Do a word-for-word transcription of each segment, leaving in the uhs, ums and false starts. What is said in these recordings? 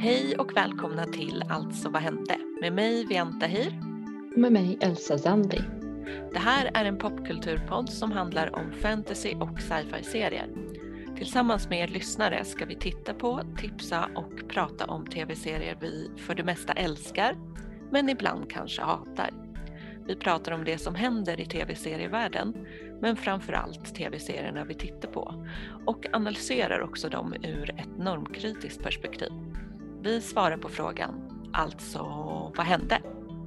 Hej och välkomna till Alltså vad hände? Med mig Vian Tahir. Och med mig Elsa Zandi. Det här är en popkulturpodd som handlar om fantasy och sci-fi-serier. Tillsammans med er lyssnare ska vi titta på, tipsa och prata om tv-serier vi för det mesta älskar, men ibland kanske hatar. Vi pratar om det som händer i tv-serievärlden, men framförallt tv-serierna vi tittar på, och analyserar också dem ur ett normkritiskt perspektiv. Vi svarar på frågan, alltså vad hände?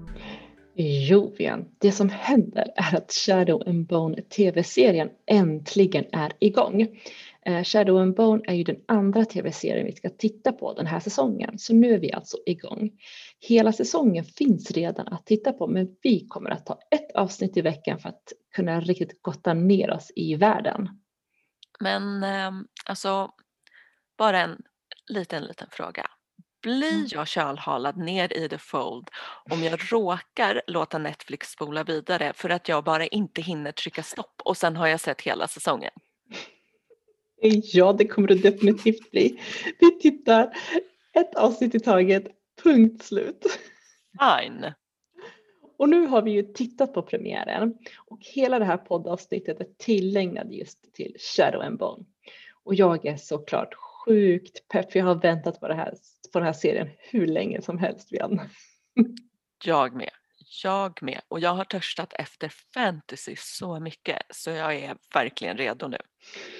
Jo, Vian, det som händer är att Shadow and Bone tv-serien äntligen är igång. Eh, Shadow and Bone är ju den andra tv-serien vi ska titta på den här säsongen, så nu är vi alltså igång. Hela säsongen finns redan att titta på, men vi kommer att ta ett avsnitt i veckan för att kunna riktigt gotta ner oss i världen. Men eh, alltså, bara en liten, liten fråga. Blir jag kölhalad ner i The Fold om jag råkar låta Netflix spola vidare för att jag bara inte hinner trycka stopp och sen har jag sett hela säsongen? Ja, det kommer det definitivt bli. Vi tittar ett avsnitt i taget, punkt slut. Fine. Och nu har vi ju tittat på premiären och hela det här poddavsnittet är tillägnat just till Shadow and Bone. Och jag är såklart sjukt pepp, för jag har väntat på, det här, på den här serien hur länge som helst, Vian. Jag med. Jag med. Och jag har törstat efter fantasy så mycket så jag är verkligen redo nu.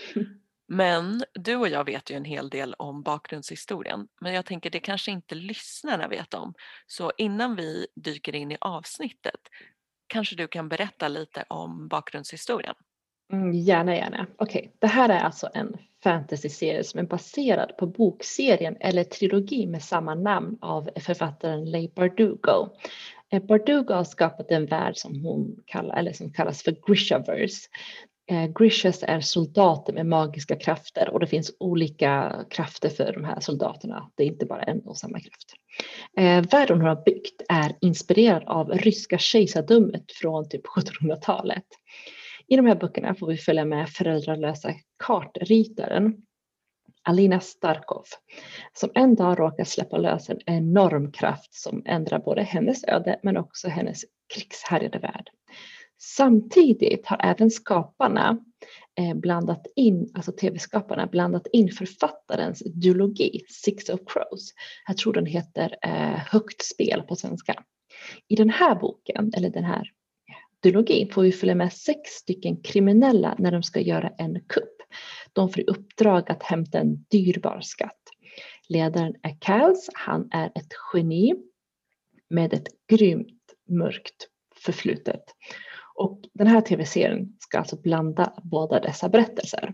Men du och jag vet ju en hel del om bakgrundshistorien, men jag tänker det kanske inte lyssnarna vet om. Så innan vi dyker in i avsnittet, kanske du kan berätta lite om bakgrundshistorien? Mm, gärna, gärna. Okej, okay. Det här är alltså en fantasy-serie som är baserad på bokserien eller trilogi med samma namn av författaren Leigh Bardugo. Bardugo har skapat en värld som hon kallar, eller som kallas för Grishaverse. Eh, Grishas är soldater med magiska krafter och det finns olika krafter för de här soldaterna. Det är inte bara en och samma kraft. Eh, världen hon har byggt är inspirerad av ryska kejsardömet från typ sjuttonhundratalet. I de här böckerna får vi följa med föräldralösa kartritaren Alina Starkov, som en dag råkar släppa lös en enorm kraft som ändrar både hennes öde men också hennes krigshärjade värld. Samtidigt har även skaparna eh, blandat in, alltså tv-skaparna blandat in författarens duologi Six of Crows. Jag tror den heter eh, Högt spel på svenska. I den här boken, eller den här duologin, får vi följa med sex stycken kriminella när de ska göra en kupp. De får i uppdrag att hämta en dyrbar skatt. Ledaren är Kals, han är ett geni med ett grymt mörkt förflutet. Och den här tv-serien ska alltså blanda båda dessa berättelser.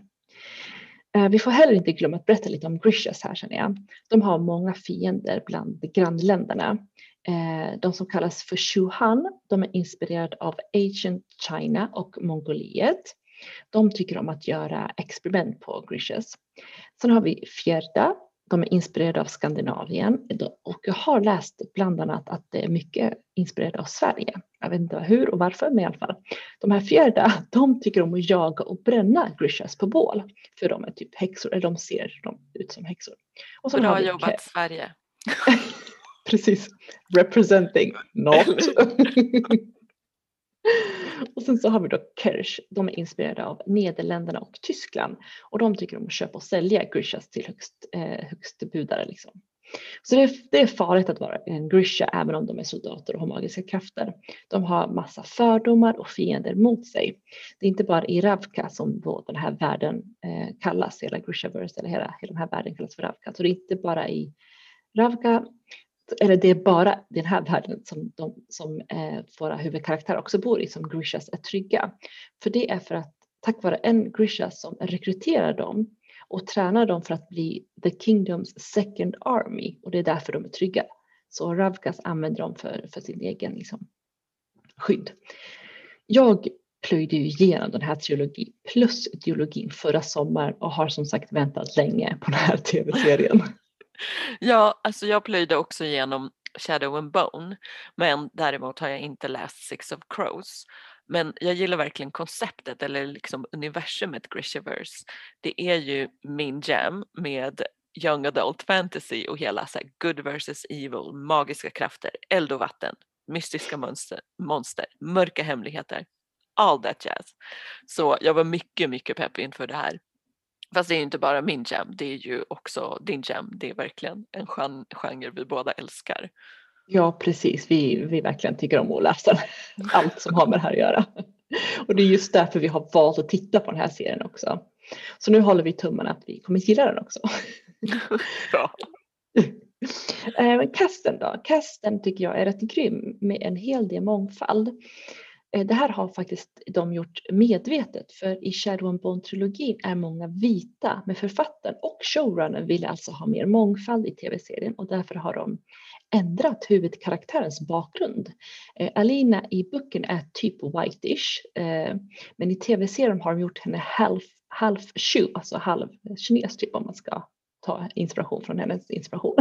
Vi får heller inte glömma att berätta lite om Grishas här, känner jag. De har många fiender bland grannländerna. De som kallas för Shuhan, de är inspirerade av Ancient China och Mongoliet. De tycker om att göra experiment på Grishas. Sen har vi Fjärda. De är inspirerade av Skandinavien och jag har läst bland annat att det är mycket inspirerade av Sverige. Jag vet inte hur och varför, men i alla fall. De här Fjärda, de tycker om att jaga och bränna Grishas på bål. För de är typ häxor, eller de ser dem ut som häxor. Och så Bra har vi jobbat Ke- Sverige. Precis, representing, not. Och sen så har vi då Kersh. De är inspirerade av Nederländerna och Tyskland. Och de tycker om att köpa och sälja Grishas till högst, eh, högst budare. Liksom. Så det är, det är farligt att vara en Grisha även om de är soldater och har magiska krafter. De har massa fördomar och fiender mot sig. Det är inte bara i Ravka som då den här världen eh, kallas, hela Grishaverse, eller hela, hela den här världen kallas för Ravka. Så det är inte bara i Ravka, eller det är bara den här världen som, de, som eh, våra huvudkaraktärer också bor i, som Grishas är trygga. För det är för att tack vare en Grisha som rekryterar dem och tränar dem för att bli The Kingdoms second army, och det är därför de är trygga. Så Ravkas använder dem för, för sin egen liksom, skydd. Jag plöjde ju igenom den här teologin plus teologin förra sommaren och har som sagt väntat länge på den här tv-serien. Ja, alltså jag plöjde också igenom Shadow and Bone, men däremot har jag inte läst Six of Crows. Men jag gillar verkligen konceptet eller liksom universumet Grishaverse. Det är ju min jam med young adult fantasy och hela så här, good versus evil, magiska krafter, eld och vatten, mystiska monster, monster, mörka hemligheter, all that jazz. Så jag var mycket, mycket pepp inför det här. Fast det är ju inte bara min jam, det är ju också din jam. Det är verkligen en gen- genre vi båda älskar. Ja, precis. Vi, vi verkligen tycker om att läsa allt som har med det här att göra. Och det är just därför vi har valt att titta på den här serien också. Så nu håller vi tummarna att vi kommer gilla den också. Bra. Men casten då? Casten tycker jag är rätt grym med en hel del mångfald. Det här har faktiskt de gjort medvetet, för i Shadow and Bone-trilogin är många vita, men författaren och showrunnern ville alltså ha mer mångfald i tv-serien och därför har de ändrat huvudkaraktärens bakgrund. Eh, Alina i boken är typ whitish, eh, men i tv-serien har de gjort henne half, half Shu, alltså halv kines typ, om man ska ta inspiration från hennes inspiration.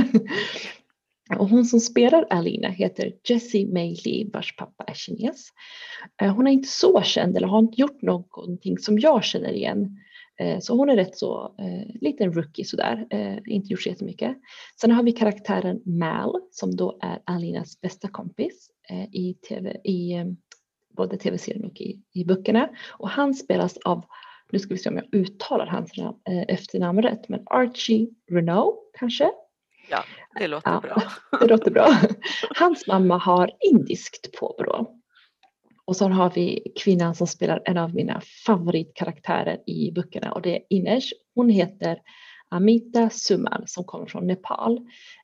Och hon som spelar Alina heter Jessie Mei Lee, vars pappa är kines. Hon är inte så känd eller har inte gjort någonting som jag känner igen. Så hon är rätt så eh, liten rookie sådär, eh, inte gjort så jättemycket. Sen har vi karaktären Mal som då är Alinas bästa kompis eh, i, TV, i eh, både tv-serien och i, i böckerna. Och han spelas av, nu ska vi se om jag uttalar hans namn, eh, efternamn rätt, men Archie Renault kanske? Ja, det låter ja, bra. Det låter bra. Hans mamma har indiskt påbrå. Och så har vi kvinnan som spelar en av mina favoritkaraktärer i böckerna och det är Inej. Hon heter Amita Suman som kommer från Nepal.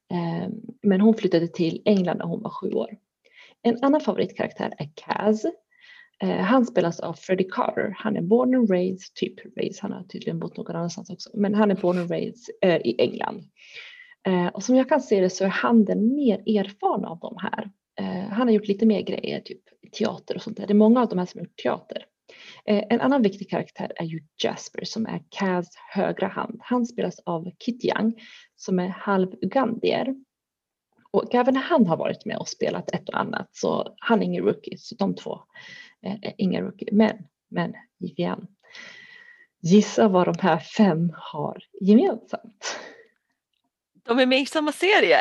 Men hon flyttade till England när hon var sju år. En annan favoritkaraktär är Kaz. Han spelas av Freddie Carter. Han är born and raised, typ raised, han har tydligen bott någon annanstans också. Men han är born and raised i England. Och som jag kan se det så är han den mer erfaren av de här. Han har gjort lite mer grejer, typ teater och sånt där. Det är många av de här som har gjort teater. En annan viktig karaktär är ju Jasper som är Kaz högra hand. Han spelas av Kit Young som är halv ugandier. Och även han har varit med och spelat ett och annat. Så han är ingen rookie. Så de två är ingen rookie. Men, men igen. Gissa vad de här fem har gemensamt. De är med i samma serie.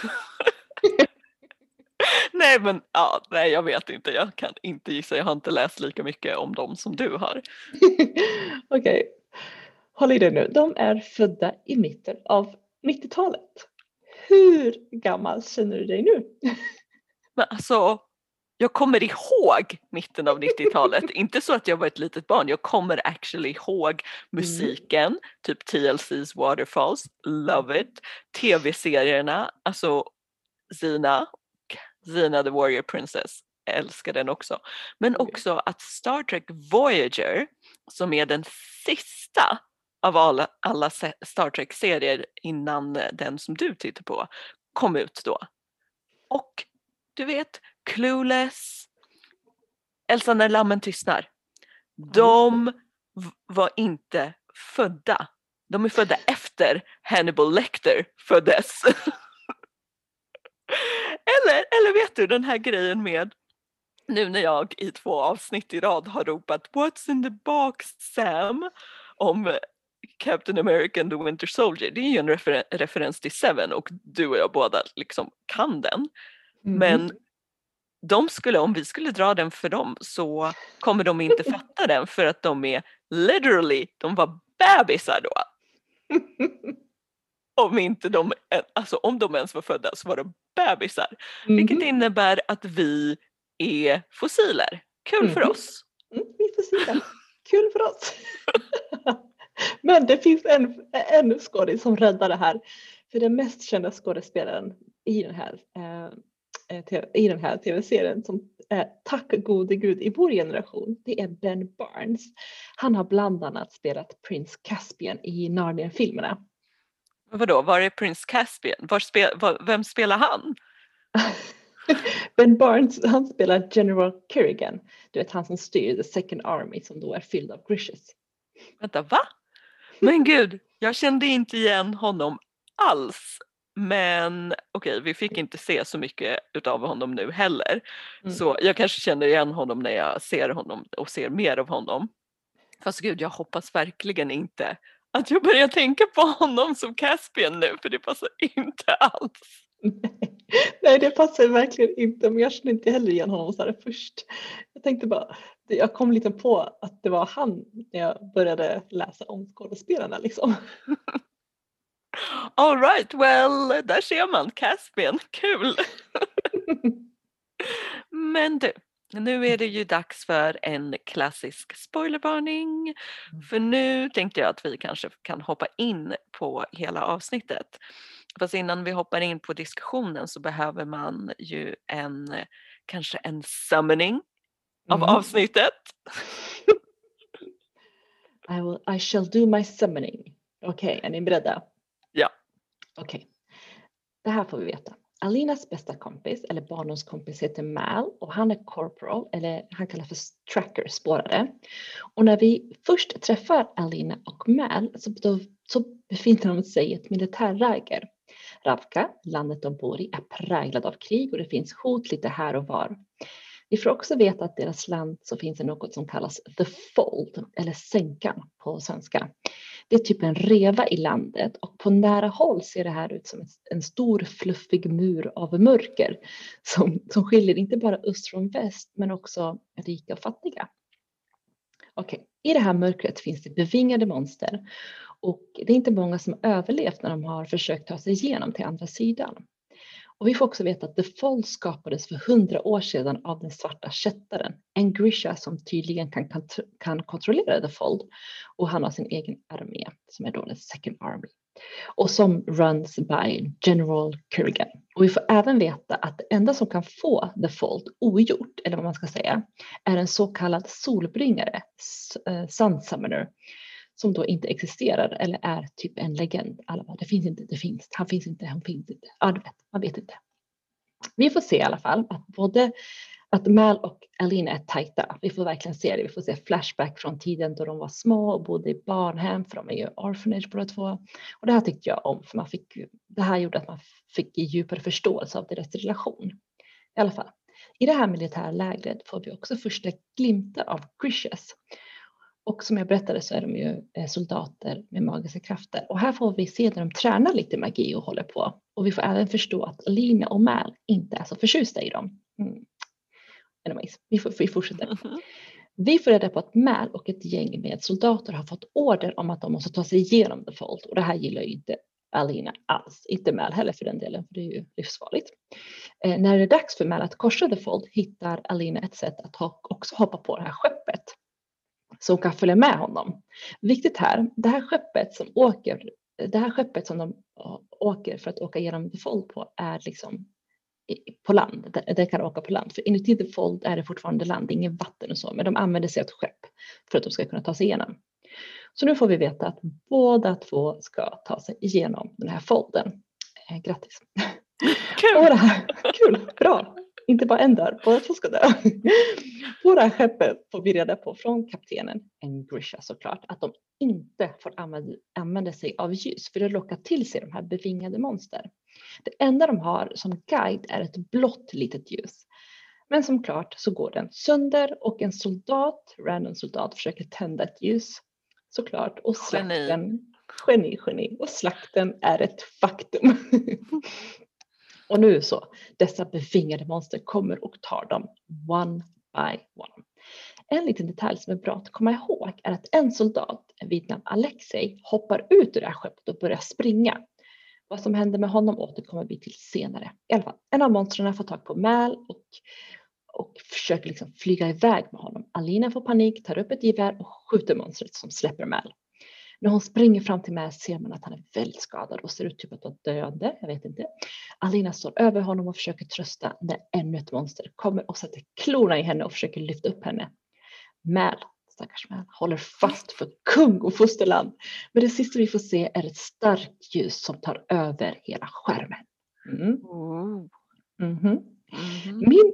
Nej men ja, nej jag vet inte, jag kan inte gissa, jag har inte läst lika mycket om dem som du har. Okej, okay. Håll i dig nu, de är födda i mitten av nittiotalet. Hur gammal känner du dig nu? Men alltså, jag kommer ihåg mitten av nittiotalet, inte så att jag var ett litet barn, jag kommer actually ihåg musiken, mm. typ T L C's Waterfalls, love it, tv-serierna, alltså Xena, Xena the Warrior Princess, älskar den också. Men också att Star Trek Voyager, som är den sista av alla, alla Star Trek-serier innan den som du tittar på, kom ut då. Och du vet, Clueless, Elsa när lammen tystnar. De var inte födda. De är födda efter Hannibal Lecter föddes. Eller, eller vet du den här grejen med, nu när jag i två avsnitt i rad har ropat What's in the box Sam om Captain America and the Winter Soldier. Det är ju en refer- referens till Seven och du och jag båda liksom kan den. Mm. Men de skulle, om vi skulle dra den för dem så kommer de inte fatta den för att de är literally, de var bebisar då. Om inte de, alltså om de ens var födda så var de bebisar. Mm. Vilket innebär att vi är fossiler. Kul mm. för oss. Mm, vi är fossiler. Kul för oss. Men det finns en, en skådis som räddar det här. För den mest kända skådespelaren i den här, eh, i den här tv-serien som är tack gode gud i vår generation, det är Ben Barnes. Han har bland annat spelat Prince Caspian i Narnia-filmerna. Vadå, var är Prince Caspian? Var spel, var, vem spelar han? Ben Barnes, han spelar General Kerrigan. Du vet han som styr The Second Army som då är fylld av Grishes. Vänta, va? Men gud, jag kände inte igen honom alls. Men okej, okay, vi fick inte se så mycket utav honom nu heller. Mm. Så jag kanske känner igen honom när jag ser honom och ser mer av honom. Fast gud, jag hoppas verkligen inte att jag börjar tänka på honom som Caspian nu, för det passar inte alls. Nej, det passar verkligen inte, men jag kände inte heller igen honom så här först. Jag tänkte bara, jag kom lite på att det var han när jag började läsa om skådespelarna liksom. All right, well, där ser man Caspian, kul! Men du, nu är det ju dags för en klassisk spoilervarning. För nu tänkte jag att vi kanske kan hoppa in på hela avsnittet. Fast innan vi hoppar in på diskussionen så behöver man ju en, kanske en summoning av Mm. avsnittet. I, will, I shall do my summoning. Okej, okay, är ni beredda? Ja. Okej. Okay. Det här får vi veta. Alinas bästa kompis, eller barndomskompis, heter Mal och han är corporal, eller han kallas för tracker, spårare. Och när vi först träffar Alina och Mal så, då, så befinner de sig i ett militärläger. Ravka, landet de bor i, är präglad av krig och det finns hot lite här och var. Vi får också veta att deras land så finns det något som kallas The Fold, eller sänkan på svenska. Det är typ en reva i landet och på nära håll ser det här ut som en stor fluffig mur av mörker som, som skiljer inte bara öst från väst men också rika och fattiga. Okej, okay. I det här mörkret finns det bevingade monster och det är inte många som har överlevt när de har försökt ta sig igenom till andra sidan. Och vi får också veta att The Fold skapades för hundra år sedan av den svarta kättaren, en Grisha som tydligen kan, kan, kan kontrollera The Fold. Och han har sin egen armé som är då den Second Army. Och som runs by General Kurgan. Och vi får även veta att det enda som kan få The Fold ogjort, eller vad man ska säga, är en så kallad solbringare, Sun Summoner. Som då inte existerar eller är typ en legend. Alla bara, det finns inte, det finns, han finns inte, han finns inte. Ja, du vet, man vet inte. Vi får se i alla fall att både att Mal och Alina är tajta. Vi får verkligen se det. Vi får se flashback från tiden då de var små och bodde i barnhem. För de är ju orphanage båda två. Och det här tyckte jag om. För man fick, det här gjorde att man fick djupare förståelse av deras relation. I alla fall. I det här militärlägret får vi också första glimtar av Grishas. Och som jag berättade så är de ju soldater med magiska krafter. Och här får vi se när de tränar lite magi och håller på. Och vi får även förstå att Alina och Mal inte är så förtjusta i dem. Mm. Anyways, vi, får, vi fortsätter. Mm-hmm. Vi får reda på att Mal och ett gäng med soldater har fått order om att de måste ta sig igenom The Fold. Och det här gillar ju inte Alina alls. Inte Mal heller för den delen, för det är ju livsfarligt. Eh, när det är dags för Mal att korsa The Fold hittar Alina ett sätt att ha, också hoppa på det här skeppet. Som kan följa med honom. Viktigt här, det här skeppet som åker, det här skeppet som de åker för att åka genom The Fold på är liksom på land. Det, det kan åka på land. För inuti The Fold är det fortfarande land, ingen vatten och så. Men de använder sig av ett skepp för att de ska kunna ta sig igenom. Så nu får vi veta att båda två ska ta sig igenom den här folden. Eh, grattis! Kul! Och det här, kul, bra! Inte bara en där, båda två ska dö. På det här skeppet får vi reda på från kaptenen, en Grisha såklart, att de inte får använda, använda sig av ljus för att locka till sig de här bevingade monster. Det enda de har som guide är ett blått litet ljus. Men som klart så går den sönder och en soldat, random soldat, försöker tända ett ljus. Såklart, och slakten, geni, geni, och slakten är ett faktum. Och nu så, dessa bevingade monster kommer och tar dem one by one. En liten detalj som är bra att komma ihåg är att en soldat vid namn Alexei hoppar ut ur det här skeppet och börjar springa. Vad som händer med honom återkommer vi till senare. I alla fall, en av monstren får tag på Mal och, och försöker liksom flyga iväg med honom. Alina får panik, tar upp ett gevär och skjuter monstret som släpper Mal. När hon springer fram till Mal ser man att han är väldigt skadad och ser ut typ att vara döende, jag vet inte. Alina står över honom och försöker trösta när ännu ett monster kommer och sätter klorna i henne och försöker lyfta upp henne. Mal, stackars Mal, håller fast för kung och fosterland. Men det sista vi får se är ett starkt ljus som tar över hela skärmen. Mm. Mm-hmm. Mm-hmm. Min,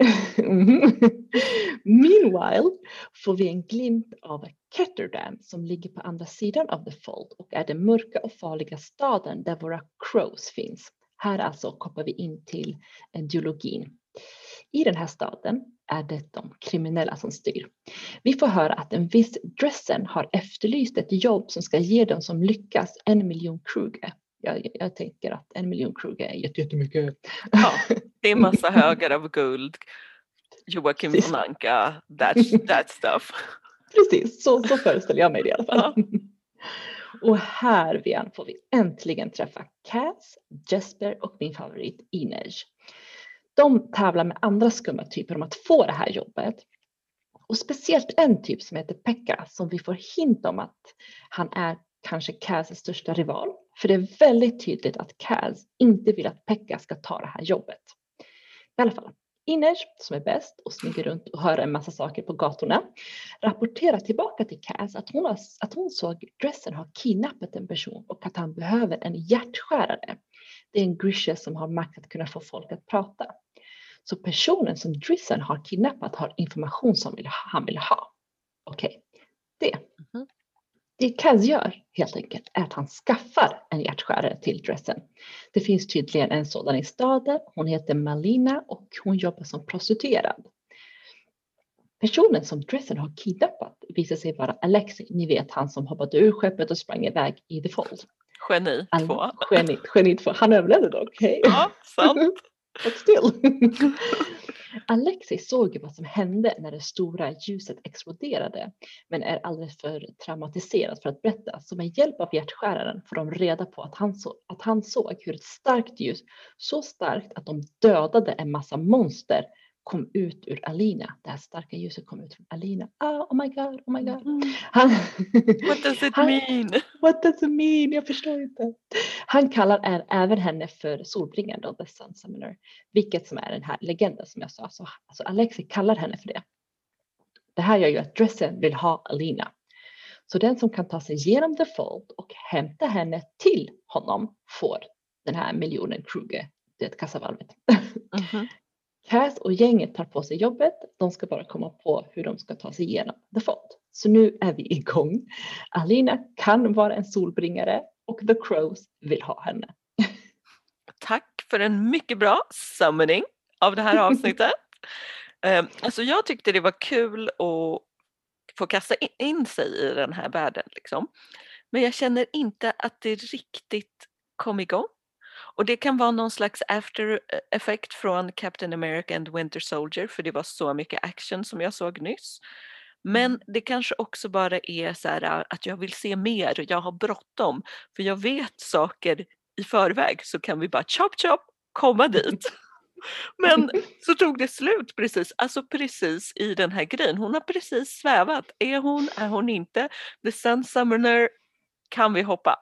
Meanwhile får vi en glimt av Ketterdam som ligger på andra sidan av The Fold och är den mörka och farliga staden där våra crows finns. Här alltså kopplar vi in till dialogin. I den här staden är det de kriminella som styr. Vi får höra att en viss Dressen har efterlyst ett jobb som ska ge dem som lyckas en miljon kruger. Jag, jag tänker att en miljon kruger är jättemycket. Ja, det är massa högar av guld. Joakim von Anka, that, that stuff. Precis, så, så föreställer jag mig det i alla fall. Ja. Och här igen får vi äntligen träffa Kaz, Jesper och min favorit Inej. De tävlar med andra skumma typer om att få det här jobbet. Och speciellt en typ som heter Pekka som vi får hint om att han är kanske Kaz största rival. För det är väldigt tydligt att Kaz inte vill att Pekka ska ta det här jobbet. I alla fall, Inej som är bäst och smyger runt och hör en massa saker på gatorna rapporterar tillbaka till Kaz att hon, har, att hon såg Dressen ha kidnappat en person och att han behöver en hjärtskärare. Det är en Grisha som har makt att kunna få folk att prata. Så personen som Dressen har kidnappat har information som han vill ha. Okej, okay. det. Mm-hmm. Det Kaz gör helt enkelt är att han skaffar en hjärtskärare till Dressen. Det finns tydligen en sådan i staden. Hon heter Malina och hon jobbar som prostituerad. Personen som Dressen har kidnappat visar sig vara Alexei. Ni vet han som hoppade ur skeppet och sprang iväg i The Fold. Geni två. Geni, geni två. Han överlevde dock. Hey. Ja, sant. But still. Alexei såg vad som hände när det stora ljuset exploderade, men är alldeles för traumatiserad för att berätta. Så med hjälp av hjärtskäraren får de reda på att han, så, att han såg hur ett starkt ljus, så starkt att de dödade en massa monster, kom ut ur Alina. Det här starka ljuset kom ut från Alina. Ah, oh my god, oh my god. Mm. Han, what does it han, mean? What does it mean? Jag förstår inte. Han kallar är, även henne för solbringaren då, The Sun Summoner. Vilket som är den här legenden som jag sa. Så, alltså Alexei kallar henne för det. Det här gör ju att Dressen vill ha Alina. Så den som kan ta sig igenom The Fold och hämta henne till honom får den här miljonen kruger. Det är ett kassavalvet. Mm-hmm. Kaz och gänget tar på sig jobbet. De ska bara komma på hur de ska ta sig igenom The Fold. Så nu är vi igång. Alina kan vara en solbringare och The Crows vill ha henne. Tack för en mycket bra summoning av det här avsnittet. um, alltså jag tyckte det var kul att få kasta in sig i den här världen. Liksom. Men jag känner inte att det riktigt kom igång. Och det kan vara någon slags after effect från Captain America and Winter Soldier, för det var så mycket action som jag såg nyss. Men det kanske också bara är så här att jag vill se mer och jag har bråttom, för jag vet saker i förväg, så kan vi bara chop chop komma dit. Men så tog det slut precis, alltså precis i den här grejen. Hon har precis svävat. Är hon, är hon inte? The Sun Summoner, kan vi hoppa?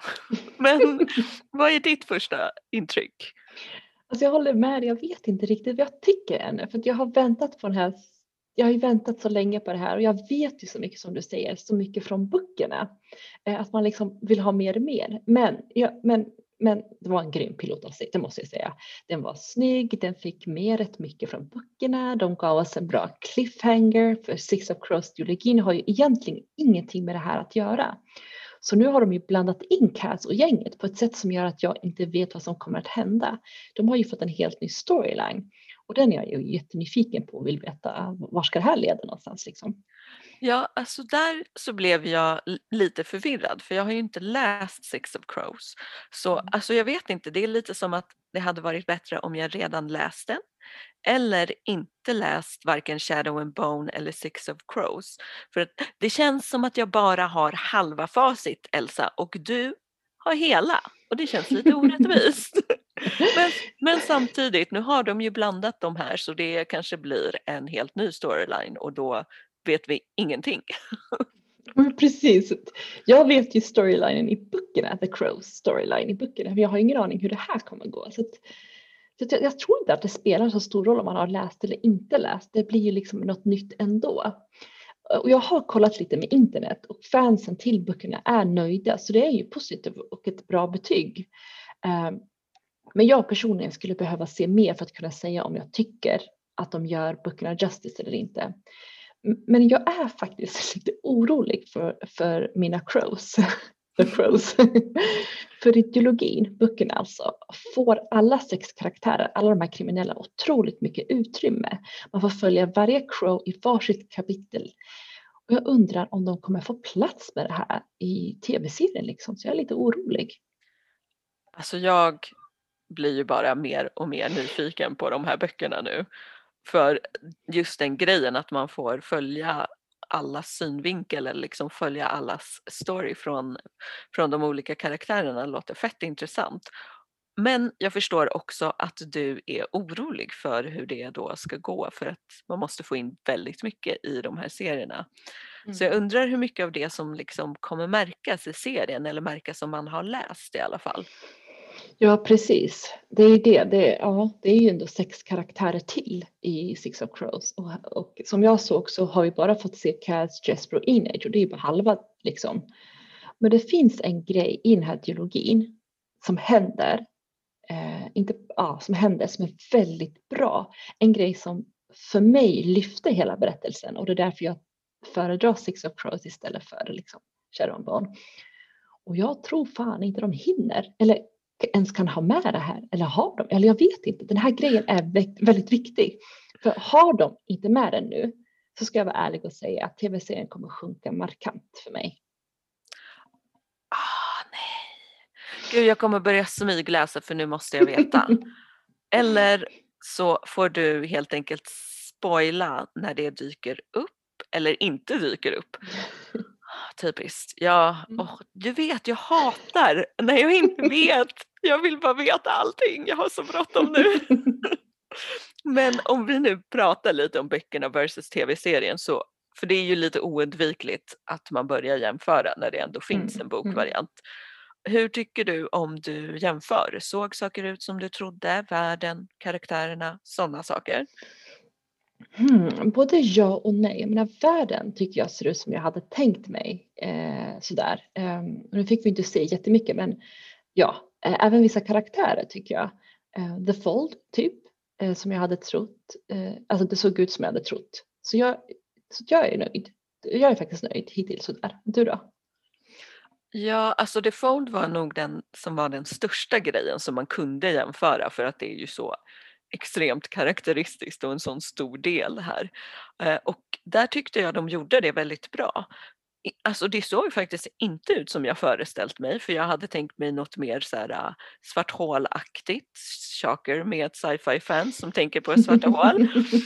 Men vad är ditt första intryck? Alltså jag håller med dig, jag vet inte riktigt vad jag tycker ännu. För att jag har väntat på den här, jag har ju väntat så länge på det här. Och jag vet ju så mycket som du säger, så mycket från böckerna. Att man liksom vill ha mer och mer. Men, ja, men, men det var en grym pilot av sig, det måste jag säga. Den var snygg, den fick med rätt mycket från böckerna. De gav oss en bra cliffhanger. För Six of Crows-teologin har ju egentligen ingenting med det här att göra. Så nu har de ju blandat in Kaz och gänget på ett sätt som gör att jag inte vet vad som kommer att hända. De har ju fått en helt ny storyline. Och den är jag ju jättenyfiken på och vill veta var ska det här leda någonstans liksom. Ja, alltså där så blev jag lite förvirrad, för jag har ju inte läst Six of Crows. Så mm. alltså jag vet inte, det är lite som att det hade varit bättre om jag redan läst den. Eller inte läst varken Shadow and Bone eller Six of Crows. För att det känns som att jag bara har halva facit, Elsa, och du har hela. Och det känns lite orättvist. men, men samtidigt, nu har de ju blandat de här, så det kanske blir en helt ny storyline och då vet vi ingenting. Precis. Jag vet ju storylinen i böckerna, The Crows storyline i böckerna. Men jag har ingen aning hur det här kommer att gå. Så att, jag, jag tror inte att det spelar så stor roll om man har läst eller inte läst. Det blir ju liksom något nytt ändå. Och jag har kollat lite med internet och fansen till böckerna är nöjda. Så det är ju positivt och ett bra betyg. Men jag personligen skulle behöva se mer för att kunna säga om jag tycker att de gör böckerna justice eller inte. Men jag är faktiskt lite orolig för, för mina Crows. The Crows. För ideologin, böckerna alltså, får alla sex karaktärer, alla de här kriminella, otroligt mycket utrymme. Man får följa varje Crow i varsitt kapitel. Och jag undrar om de kommer få plats med det här i tv-serien liksom, så jag är lite orolig. Alltså jag blir ju bara mer och mer nyfiken på de här böckerna nu. För just den grejen att man får följa allas synvinkel eller liksom följa allas story från, från de olika karaktärerna låter fett intressant. Men jag förstår också att du är orolig för hur det då ska gå för att man måste få in väldigt mycket i de här serierna. Så jag undrar hur mycket av det som liksom kommer märkas i serien eller märkas som man har läst i alla fall. Ja, precis. Det är det. Det är, ja, det är ju ändå sex karaktärer till i Six of Crows. Och, och som jag såg så har vi bara fått se Cass, Jesper och Enage och det är ju bara halva liksom. Men det finns en grej i den här dialogin som händer, eh, inte, ja, som händer som är väldigt bra. En grej som för mig lyfter hela berättelsen och det är därför jag föredrar Six of Crows istället för liksom Shadowbone. Och jag tror fan inte de hinner eller ens kan ha med det här eller har de, eller jag vet inte. Den här grejen är väldigt viktig. För har de inte med den nu så ska jag vara ärlig och säga att tv-serien kommer sjunka markant för mig. Ah, nej. Gud, jag kommer börja smygläsa för nu måste jag veta. Eller så får du helt enkelt spoila när det dyker upp eller inte dyker upp. Typiskt. Ja, oh, du vet, jag hatar när jag inte vet. Jag vill bara veta allting. Jag har så bråttom nu. Men om vi nu pratar lite om böckerna versus tv-serien så, för det är ju lite oundvikligt att man börjar jämföra när det ändå finns en bokvariant. Hur tycker du om du jämför? Såg saker ut som du trodde? Världen, karaktärerna, sådana saker? Hmm, både ja och nej. Jag menar, världen tycker jag ser ut som jag hade tänkt mig. Eh, sådär. Eh, nu fick vi inte se jättemycket men ja, eh, även vissa karaktärer tycker jag. Eh, The Fold typ, eh, som jag hade trott. Eh, alltså det såg ut som jag hade trott. Så jag, så jag är nöjd. Jag är faktiskt nöjd hittills sådär. Du då? Ja, alltså The Fold var nog den som var den största grejen som man kunde jämföra för att det är ju så extremt karaktäristiskt och en sån stor del här. Eh, och där tyckte jag de gjorde det väldigt bra. I- Alltså det såg faktiskt inte ut som jag föreställt mig för jag hade tänkt mig något mer så här uh, svart hål-aktigt, shocker med ett sci-fi fans som tänker på svarta hål.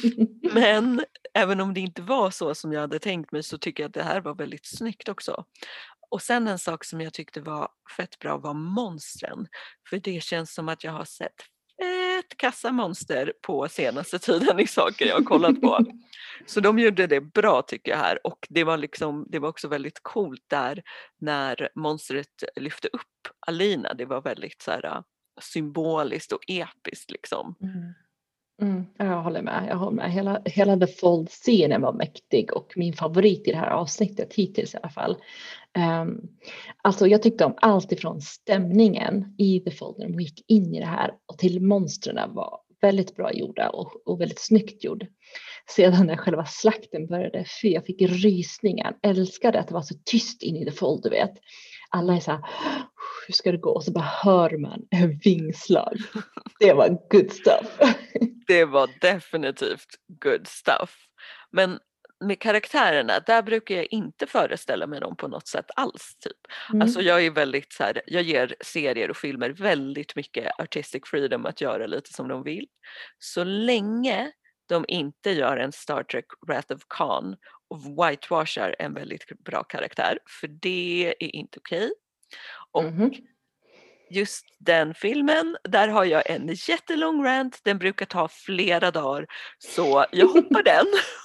Men även om det inte var så som jag hade tänkt mig så tycker jag att det här var väldigt snyggt också. Och sen en sak som jag tyckte var fett bra var monstren. För det känns som att jag har sett fett kassa monster på senaste tiden i saker jag har kollat på. Så de gjorde det bra tycker jag här och det var liksom det var också väldigt coolt där när monstret lyfte upp Alina. Det var väldigt så här uh, symboliskt och episkt liksom. Mm. Mm, jag håller med. Jag håller med. Hela, hela The Fold-scenen var mäktig och min favorit i det här avsnittet hittills i alla fall. Um, alltså jag tyckte om allt ifrån stämningen i The Fold när de gick in i det här och till monstren var väldigt bra gjorda och, och väldigt snyggt gjord. Sedan när själva slakten började, fy jag fick rysningar. Älskade att det var så tyst in i The Fold, du vet. Alla är så här, hur ska det gå? Och så bara hör man en vingslag. Det var good stuff. Det var definitivt good stuff. Men med karaktärerna, där brukar jag inte föreställa mig dem på något sätt alls. Typ. Mm. Alltså jag är väldigt så här, jag ger serier och filmer väldigt mycket artistic freedom att göra lite som de vill. Så länge de inte gör en Star Trek Wrath of Khan och whitewashar en väldigt bra karaktär. För det är inte okej. Och mm-hmm. Just den filmen, där har jag en jättelång rant, den brukar ta flera dagar, så jag hoppar den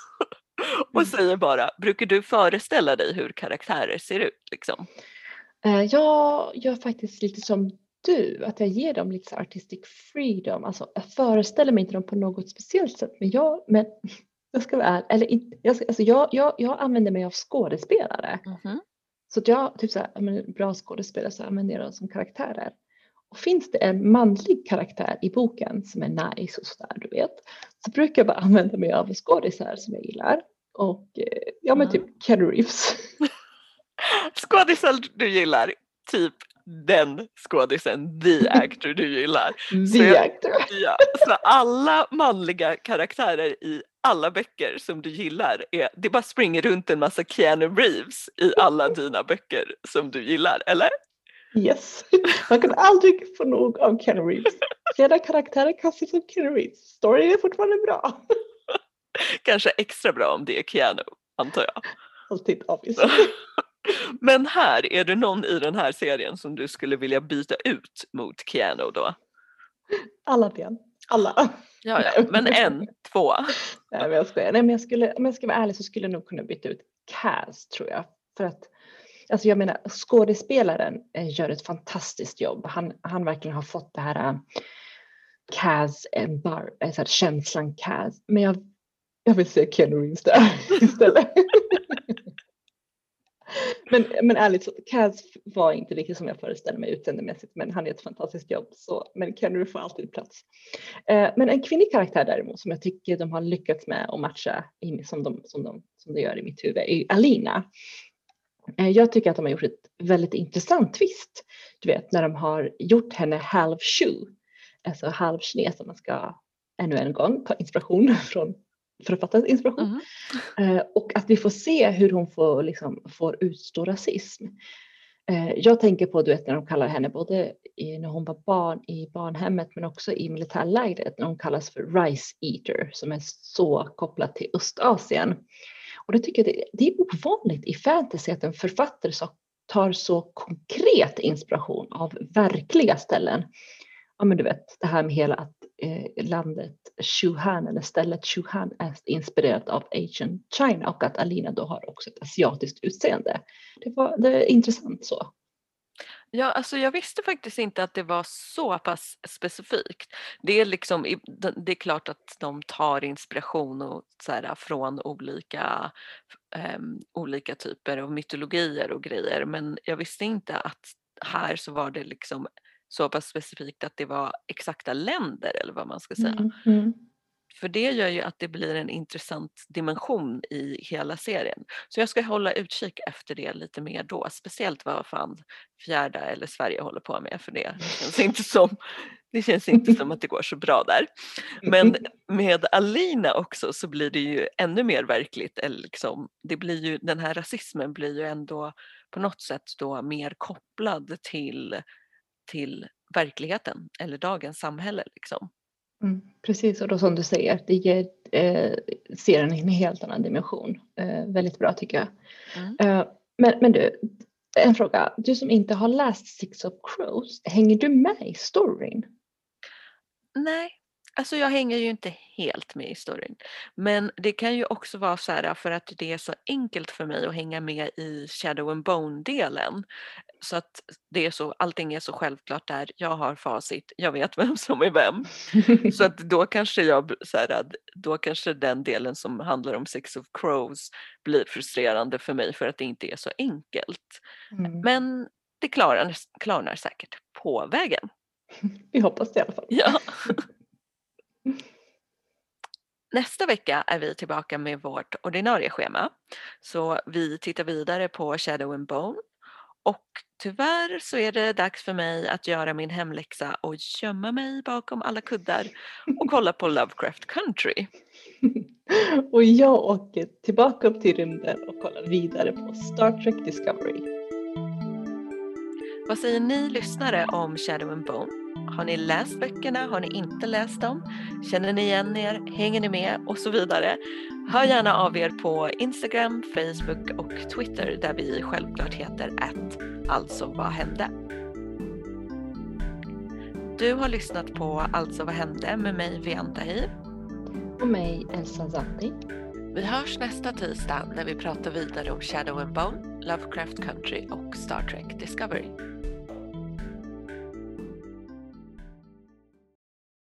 och säger bara, brukar du föreställa dig hur karaktärer ser ut liksom? Jag gör faktiskt lite som du, att jag ger dem lite artistic freedom, alltså jag föreställer mig inte dem på något speciellt sätt, men jag, men jag ska vara ärlig, eller inte, jag, alltså jag, jag, jag använder mig av skådespelare. Mm-hmm. Så att jag, typ så här, men bra skådespelare så använder jag dem som karaktärer. Och finns det en manlig karaktär i boken som är nice och sådär, du vet, så brukar jag bara använda mig av skådisar som jag gillar. Och ja, men typ Keanu Reeves. Skådisar du gillar? typ den skådisen, the actor du gillar. The så jag, actor. Ja, så alla manliga karaktärer i alla böcker som du gillar, är, det bara springer runt en massa Keanu Reeves i alla dina böcker som du gillar, eller? Yes, man kan aldrig få nog av Keanu Reeves. Flera karaktärer kastas som Keanu Reeves. Storyn är fortfarande bra. Kanske extra bra om det är Keanu, antar jag. Alltid, obviously. Men här, är det någon i den här serien som du skulle vilja byta ut mot Keanu då? Alla ben. Alla. Ja, ja. Men en, två. Nej, men jag skojar. Nej, men jag skulle, om jag ska vara ärlig så skulle jag nog kunna byta ut Kaz, tror jag. För att, alltså jag menar, skådespelaren gör ett fantastiskt jobb. Han, han verkligen har fått det här uh, Kaz, en bar, så här, känslan Kaz. Men jag, jag vill se Keanu Reeves där istället. Men, men ärligt så, Kaz var inte riktigt som jag föreställde mig utseendemässigt, men han är ett fantastiskt jobb. Så, men Keanu får alltid plats. Eh, men en kvinnlig karaktär däremot som jag tycker de har lyckats med att matcha in, som, de, som, de, som de gör i mitt huvud är Alina. Eh, jag tycker att de har gjort ett väldigt intressant twist. Du vet, när de har gjort henne halv tju, alltså halv kines, om man ska ännu en gång ta inspiration från författarens inspiration. Mm. Eh, och att vi får se hur hon får, liksom, får utstå rasism. Eh, jag tänker på, du vet, när de kallar henne både i, när hon var barn i barnhemmet men också i militärlägret när hon kallas för rice eater, som är så kopplat till Östasien. Och det tycker jag det, det är ovanligt i fantasy att en författare så, tar så konkret inspiration av verkliga ställen. Ja, men du vet, det här med hela att eh, landet Shuhan eller stället Shuhan är inspirerat av Asian China och att Alina då har också ett asiatiskt utseende. Det var det är intressant så. Ja, alltså jag visste faktiskt inte att det var så pass specifikt. Det är liksom, det är klart att de tar inspiration och så här, från olika, um, olika typer av mytologier och grejer, men jag visste inte att här så var det liksom så pass specifikt att det var exakta länder eller vad man ska säga. Mm, mm. För det gör ju att det blir en intressant dimension i hela serien. Så jag ska hålla utkik efter det lite mer då. Speciellt vad fan Fjärda eller Sverige håller på med. För det känns inte som, det känns inte som att det går så bra där. Men med Alina också så blir det ju ännu mer verkligt. Eller liksom, det blir ju, den här rasismen blir ju ändå på något sätt då mer kopplad till, till verkligheten. Eller dagens samhälle liksom. Mm, precis, och då som du säger, det ger eh, serien en helt annan dimension. Eh, väldigt bra tycker jag. Mm. Eh, men, men du, en fråga. Du som inte har läst Six of Crows, hänger du med i storyn? Nej, alltså jag hänger ju inte helt med i storyn. Men det kan ju också vara så här för att det är så enkelt för mig att hänga med i Shadow and Bone-delen. Så att det är så, allting är så självklart där, jag har facit, jag vet vem som är vem. Så att då kanske jag så här, då kanske den delen som handlar om Six of Crows blir frustrerande för mig för att det inte är så enkelt. Mm. Men det klarnar, klarnar säkert på vägen. Vi hoppas det i alla fall. Ja. Nästa vecka är vi tillbaka med vårt ordinarie schema. Så vi tittar vidare på Shadow and Bone. Och tyvärr så är det dags för mig att göra min hemläxa och gömma mig bakom alla kuddar och kolla på Lovecraft Country. Och jag åker tillbaka upp till rymden och kollar vidare på Star Trek Discovery. Vad säger ni lyssnare om Shadow and Bone? Har ni läst böckerna? Har ni inte läst dem? Känner ni igen er? Hänger ni med? Och så vidare. Hör gärna av er på Instagram, Facebook och Twitter där vi självklart heter att alltså vad hände. Du har lyssnat på Alltså vad hände med mig Vian Tahir. Och mig Elsa Zatti. Vi hörs nästa tisdag när vi pratar vidare om Shadow and Bone, Lovecraft Country och Star Trek Discovery.